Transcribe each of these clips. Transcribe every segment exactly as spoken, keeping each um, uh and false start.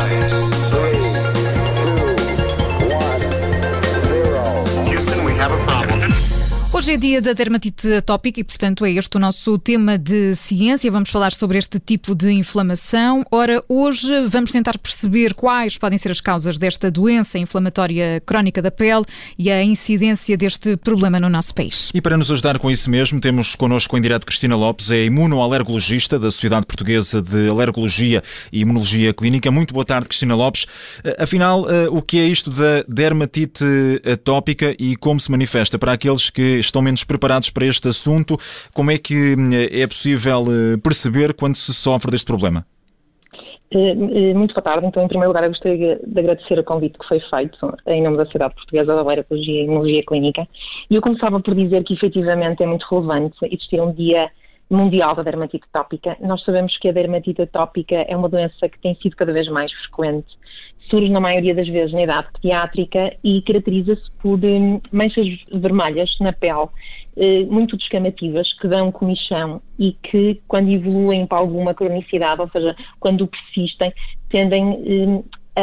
Hoje é dia da dermatite atópica e, portanto, é este o nosso tema de ciência. Vamos falar sobre este tipo de inflamação. Ora, hoje vamos tentar perceber quais podem ser as causas desta doença inflamatória crónica da pele e a incidência deste problema no nosso país. E para nos ajudar com isso mesmo, temos connosco em direto Cristina Lopes, é imunoalergologista da Sociedade Portuguesa de Alergologia e Imunologia Clínica. Muito boa tarde, Cristina Lopes. Afinal, o que é isto da dermatite atópica e como se manifesta? Para aqueles que estão menos preparados para este assunto, como é que é possível perceber quando se sofre deste problema? Muito boa tarde. Então, em primeiro lugar, eu gostaria de agradecer o convite que foi feito em nome da Sociedade Portuguesa de Alergologia e Imunologia Clínica. E eu começava por dizer que, efetivamente, é muito relevante existir um dia mundial da dermatite atópica. Nós sabemos que a dermatite atópica é uma doença que tem sido cada vez mais frequente. Surge na maioria das vezes na idade pediátrica e caracteriza-se por um, manchas vermelhas na pele, uh, muito descamativas, que dão comichão e que, quando evoluem para alguma cronicidade, ou seja, quando persistem, tendem um,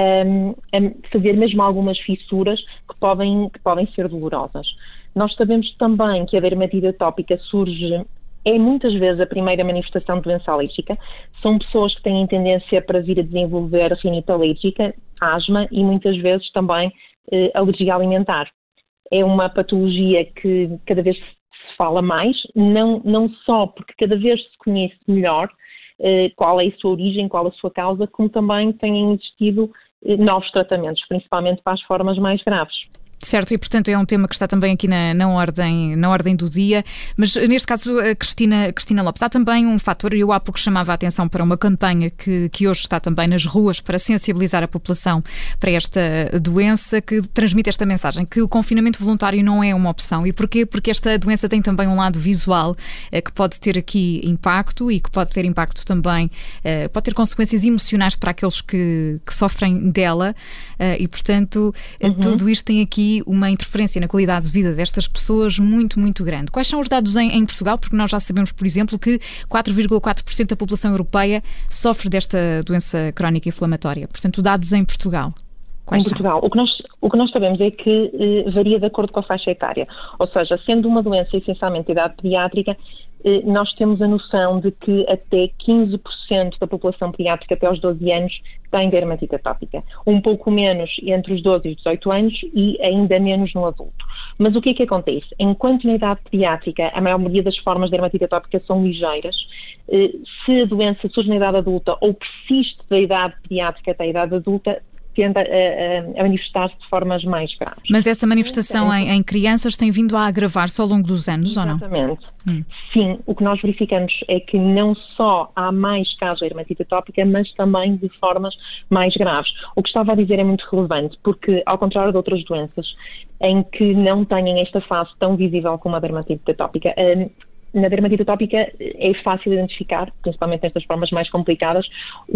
a, a fazer mesmo algumas fissuras que podem, que podem ser dolorosas. Nós sabemos também que a dermatite atópica surge é muitas vezes a primeira manifestação de doença alérgica. São pessoas que têm tendência para vir a desenvolver rinite alérgica, asma e muitas vezes também eh, alergia alimentar. É uma patologia que cada vez se fala mais, não, não só porque cada vez se conhece melhor eh, qual é a sua origem, qual a sua causa, como também têm existido eh, novos tratamentos, principalmente para as formas mais graves. Certo, e portanto é um tema que está também aqui na, na, ordem, na ordem do dia, mas neste caso, a Cristina, Cristina Lopes, há também um fator, e eu há pouco chamava a atenção para uma campanha que, que hoje está também nas ruas para sensibilizar a população para esta doença, que transmite esta mensagem, que o confinamento voluntário não é uma opção. E porquê? Porque esta doença tem também um lado visual eh, que pode ter aqui impacto e que pode ter impacto também, eh, pode ter consequências emocionais para aqueles que, que sofrem dela eh, e portanto uhum. tudo isto tem aqui uma interferência na qualidade de vida destas pessoas muito, muito grande. Quais são os dados em, em Portugal? Porque nós já sabemos, por exemplo, que quatro vírgula quatro por cento da população europeia sofre desta doença crónica inflamatória. Portanto, dados em Portugal. Quais em Portugal, o que, nós, o que nós sabemos é que eh, varia de acordo com a faixa etária. Ou seja, sendo uma doença essencialmente de idade pediátrica, eh, nós temos a noção de que até quinze por cento da população pediátrica até aos doze anos tem dermatite atópica. Um pouco menos entre os doze e os dezoito anos e ainda menos no adulto. Mas o que é que acontece? Enquanto na idade pediátrica a maioria das formas de dermatite atópica são ligeiras, eh, se a doença surge na idade adulta ou persiste da idade pediátrica até a idade adulta, tende a, a, a manifestar-se de formas mais graves. Mas essa manifestação em, em crianças tem vindo a agravar-se ao longo dos anos, Exatamente. ou não? Hum. Sim, o que nós verificamos é que não só há mais casos de dermatite atópica, mas também de formas mais graves. O que estava a dizer é muito relevante, porque ao contrário de outras doenças em que não têm esta fase tão visível como a dermatite atópica, hum, na dermatite atópica é fácil identificar, principalmente nestas formas mais complicadas,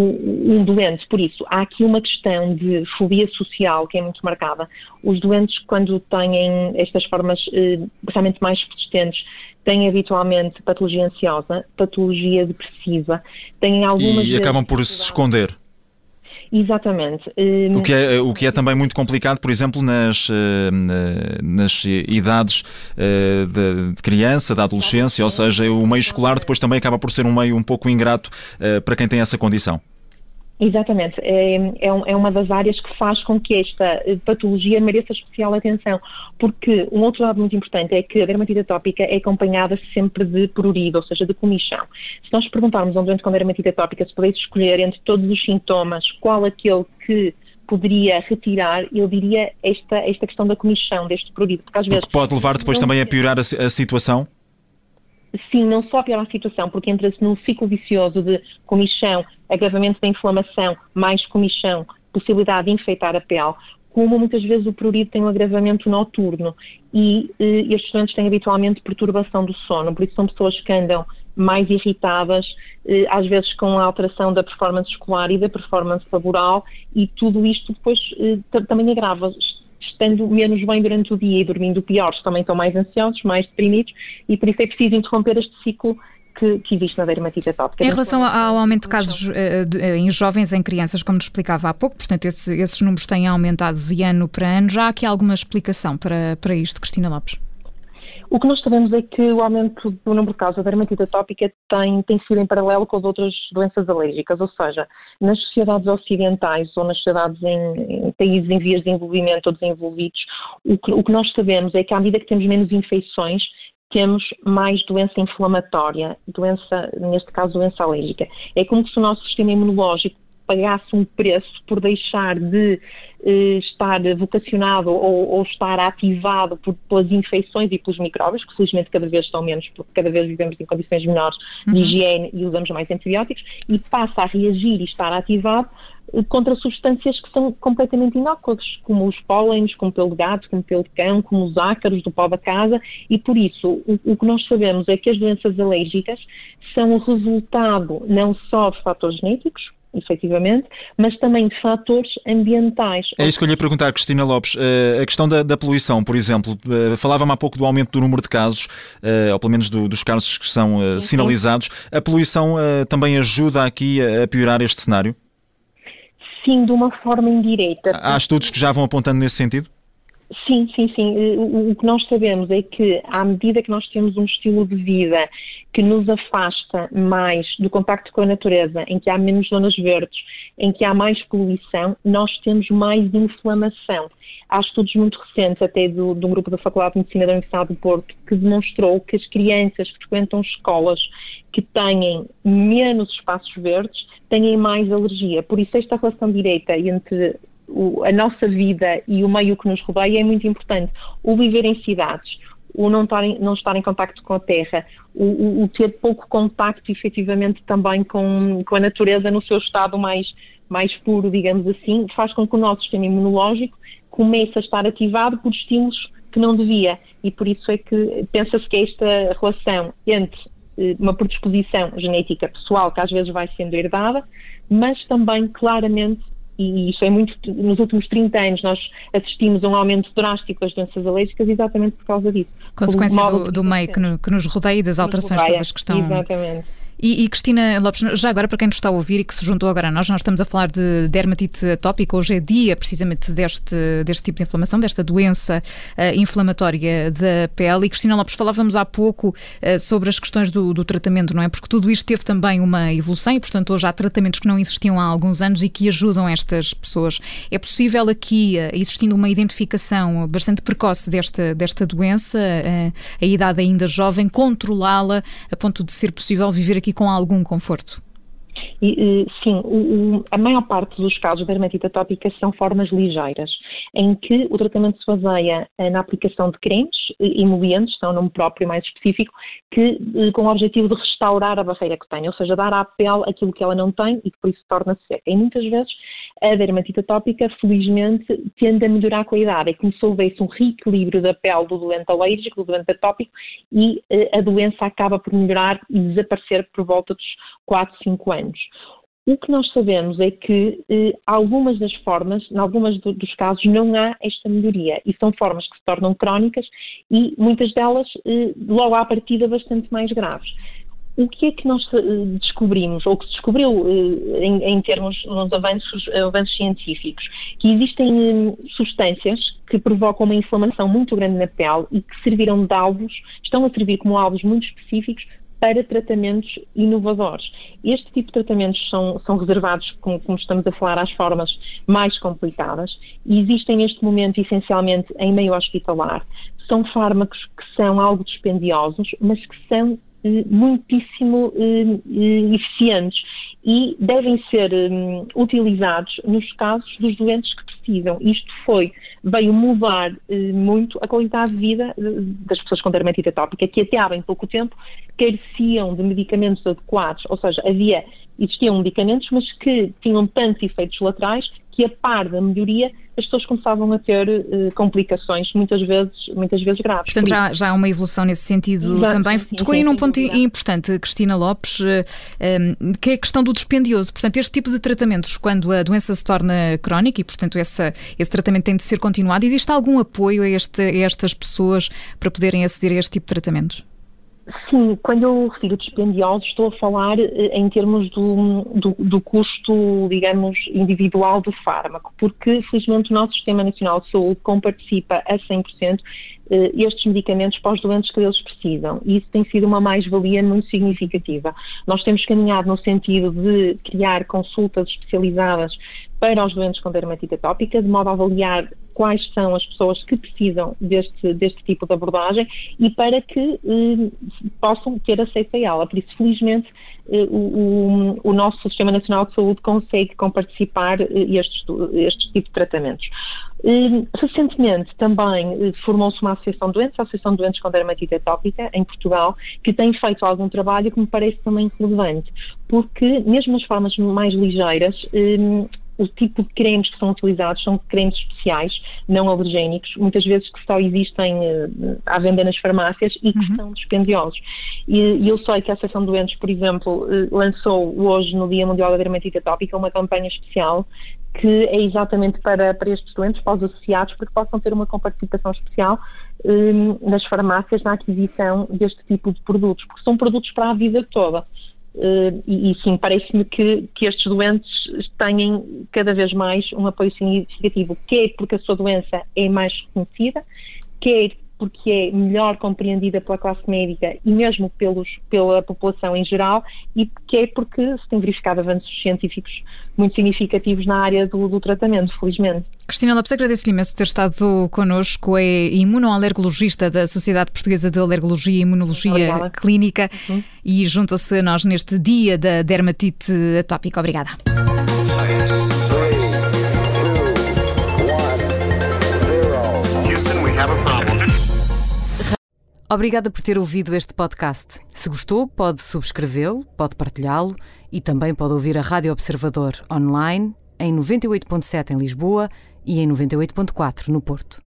um doente. Por isso, há aqui uma questão de fobia social que é muito marcada. Os doentes, quando têm estas formas, especialmente mais persistentes, têm habitualmente patologia ansiosa, patologia depressiva, têm algumas... E acabam por se esconder. Exatamente. O que, é, o que é também muito complicado, por exemplo, nas, nas idades de criança, da adolescência, ou seja, o meio escolar depois também acaba por ser um meio um pouco ingrato para quem tem essa condição. Exatamente, é, é uma das áreas que faz com que esta patologia mereça especial atenção, porque um outro lado muito importante é que a dermatite atópica é acompanhada sempre de prurido, ou seja, de comichão. Se nós perguntarmos a um doente com dermatite atópica se pudesse escolher entre todos os sintomas qual aquele que poderia retirar, eu diria esta, esta questão da comichão, deste prurido. Porque às vezes porque pode levar depois também a piorar a, a situação? Sim, não só piorar a situação, porque entra-se num ciclo vicioso de comichão, agravamento da inflamação, mais comichão, possibilidade de infectar a pele, como muitas vezes o prurido tem um agravamento noturno e eh, estes doentes têm habitualmente perturbação do sono, por isso são pessoas que andam mais irritadas, eh, às vezes com a alteração da performance escolar e da performance laboral, e tudo isto depois eh, também agrava. Estando menos bem durante o dia e dormindo pior, também estão mais ansiosos, mais deprimidos, e por isso é preciso interromper este ciclo que, que existe na dermatite atópica. Em relação ao aumento de casos uh, de, uh, em jovens, em crianças, como nos explicava há pouco, portanto esse, esses números têm aumentado de ano para ano, já há aqui alguma explicação para, para isto, Cristina Lopes? O que nós sabemos é que o aumento do número de casos da dermatite atópica tem, tem sido em paralelo com as outras doenças alérgicas, ou seja, nas sociedades ocidentais ou nas sociedades em, em países em vias de desenvolvimento ou desenvolvidos, o que, o que nós sabemos é que à medida que temos menos infecções, temos mais doença inflamatória, doença, neste caso doença alérgica. É como se o nosso sistema imunológico pagasse um preço por deixar de eh, estar vocacionado ou, ou estar ativado por, pelas infecções e pelos micróbios, que felizmente cada vez estão menos, porque cada vez vivemos em condições menores de uhum. higiene e usamos mais antibióticos, e passa a reagir e estar ativado eh, contra substâncias que são completamente inócuas, como os pólenes, como pelo de gato, como pelo de cão, como os ácaros do pó da casa, e por isso o, o que nós sabemos é que as doenças alérgicas são o resultado não só de fatores genéticos, efetivamente, mas também de fatores ambientais. É isso que eu lhe ia perguntar, Cristina Lopes. Uh, a questão da, da poluição, por exemplo, uh, falava-me há pouco do aumento do número de casos, uh, ou pelo menos do, dos casos que são uh, sinalizados. A poluição uh, também ajuda aqui a, a piorar este cenário? Sim, de uma forma indireta. Há estudos que já vão apontando nesse sentido? Sim, sim, sim. O, o que nós sabemos é que, à medida que nós temos um estilo de vida que nos afasta mais do contacto com a natureza, em que há menos zonas verdes, em que há mais poluição, nós temos mais inflamação. Há estudos muito recentes, até do, do grupo da Faculdade de Medicina da Universidade do Porto, que demonstrou que as crianças que frequentam escolas que têm menos espaços verdes têm mais alergia. Por isso, esta relação direta entre O, a nossa vida e o meio que nos rodeia é muito importante. O viver em cidades, o não estar em, não estar em contacto com a terra, o, o, o ter pouco contacto efetivamente também com, com a natureza no seu estado mais, mais puro, digamos assim, faz com que o nosso sistema imunológico comece a estar ativado por estímulos que não devia. E por isso é que pensa-se que esta relação entre uma predisposição genética pessoal, que às vezes vai sendo herdada, mas também claramente, e isso é muito, nos últimos trinta anos nós assistimos a um aumento drástico das doenças alérgicas exatamente por causa disso. Consequência do, do meio que, no, que nos rodeia e das alterações todas que estão... Exatamente. E, e Cristina Lopes, já agora para quem nos está a ouvir e que se juntou agora a nós, nós estamos a falar de dermatite atópica, hoje é dia precisamente deste, deste tipo de inflamação, desta doença uh, inflamatória da pele, e Cristina Lopes, falávamos há pouco uh, sobre as questões do, do tratamento, não é? Porque tudo isto teve também uma evolução e, portanto, hoje há tratamentos que não existiam há alguns anos e que ajudam estas pessoas. É possível aqui, uh, existindo uma identificação bastante precoce desta, desta doença, uh, a idade ainda jovem, controlá-la a ponto de ser possível viver aqui com algum conforto? E, sim, o, o, a maior parte dos casos de dermatite atópica são formas ligeiras, em que o tratamento se baseia na aplicação de cremes emolientes, são um nome próprio mais específico, que com o objetivo de restaurar a barreira que tem, ou seja, dar à pele aquilo que ela não tem e que por isso torna-se seca. E muitas vezes a dermatite atópica, felizmente, tende a melhorar com a idade. É como se houvesse um reequilíbrio da pele do doente alérgico, do doente atópico, e a doença acaba por melhorar e desaparecer por volta dos quatro, cinco anos. O que nós sabemos é que eh, algumas das formas, em algumas do, dos casos, não há esta melhoria e são formas que se tornam crónicas e muitas delas eh, logo à partida bastante mais graves. O que é que nós eh, descobrimos, ou que se descobriu eh, em, em termos nos avanços, avanços científicos, que existem eh, substâncias que provocam uma inflamação muito grande na pele e que serviram de alvos, estão a servir como alvos muito específicos para tratamentos inovadores. Este tipo de tratamentos são, são reservados, como, como estamos a falar, às formas mais complicadas e existem neste momento essencialmente em meio hospitalar. São fármacos que são algo dispendiosos, mas que são eh, muitíssimo eh, eficientes e devem ser um, utilizados nos casos dos doentes que precisam. Isto foi, veio mudar uh, muito a qualidade de vida uh, das pessoas com dermatite atópica, que até há bem pouco tempo careciam de medicamentos adequados, ou seja, havia, existiam medicamentos, mas que tinham tantos efeitos laterais que a par da melhoria as pessoas começavam a ter uh, complicações, muitas vezes, muitas vezes graves. Portanto, já, já há uma evolução nesse sentido. Exato, também. Sim, tocou aí num ponto sim, importante, Cristina Lopes, uh, um, que é a questão do dispendioso. Portanto, este tipo de tratamentos, quando a doença se torna crónica e, portanto, essa, esse tratamento tem de ser continuado, existe algum apoio a, este, a estas pessoas para poderem aceder a este tipo de tratamentos? Sim, quando eu refiro dispendiosos, estou a falar em termos do, do, do custo, digamos, individual do fármaco, porque, felizmente, o nosso Sistema Nacional de Saúde comparticipa a cem por cento estes medicamentos para os doentes que eles precisam, e isso tem sido uma mais-valia muito significativa. Nós temos caminhado no sentido de criar consultas especializadas para os doentes com dermatite atópica, de modo a avaliar quais são as pessoas que precisam deste, deste tipo de abordagem e para que eh, possam ter acesso a ela. Por isso, felizmente, eh, o, o nosso Sistema Nacional de Saúde consegue comparticipar eh, estes, estes tipos de tratamentos. Eh, recentemente também eh, formou-se uma associação de doentes, a Associação de Doentes com Dermatite Atópica, em Portugal, que tem feito algum trabalho que me parece também relevante, porque mesmo as formas mais ligeiras, eh, o tipo de cremes que são utilizados são cremes especiais, não alergénicos, muitas vezes que só existem uh, à venda nas farmácias e que uhum. são dispendiosos. E, e eu sei que a Associação de Doentes, por exemplo, uh, lançou hoje, no Dia Mundial da Dermatite Atópica, uma campanha especial que é exatamente para, para estes doentes, para os associados, para que possam ter uma comparticipação especial um, nas farmácias na aquisição deste tipo de produtos, porque são produtos para a vida toda. Uh, e, e sim, parece-me que, que estes doentes têm cada vez mais um apoio significativo, quer porque a sua doença é mais reconhecida, quer porque é melhor compreendida pela classe médica e mesmo pelos, pela população em geral, e quer porque se tem verificado avanços científicos muito significativos na área do, do tratamento, felizmente. Cristina Lopes, agradeço-lhe imenso ter estado connosco, é imunoalergologista da Sociedade Portuguesa de Alergologia e Imunologia Obrigada. Clínica uhum. e juntou-se a nós neste dia da dermatite atópica. Obrigada. Obrigada por ter ouvido este podcast. Se gostou, pode subscrevê-lo, pode partilhá-lo e também pode ouvir a Rádio Observador online em noventa e oito ponto sete em Lisboa e em noventa e oito ponto quatro no Porto.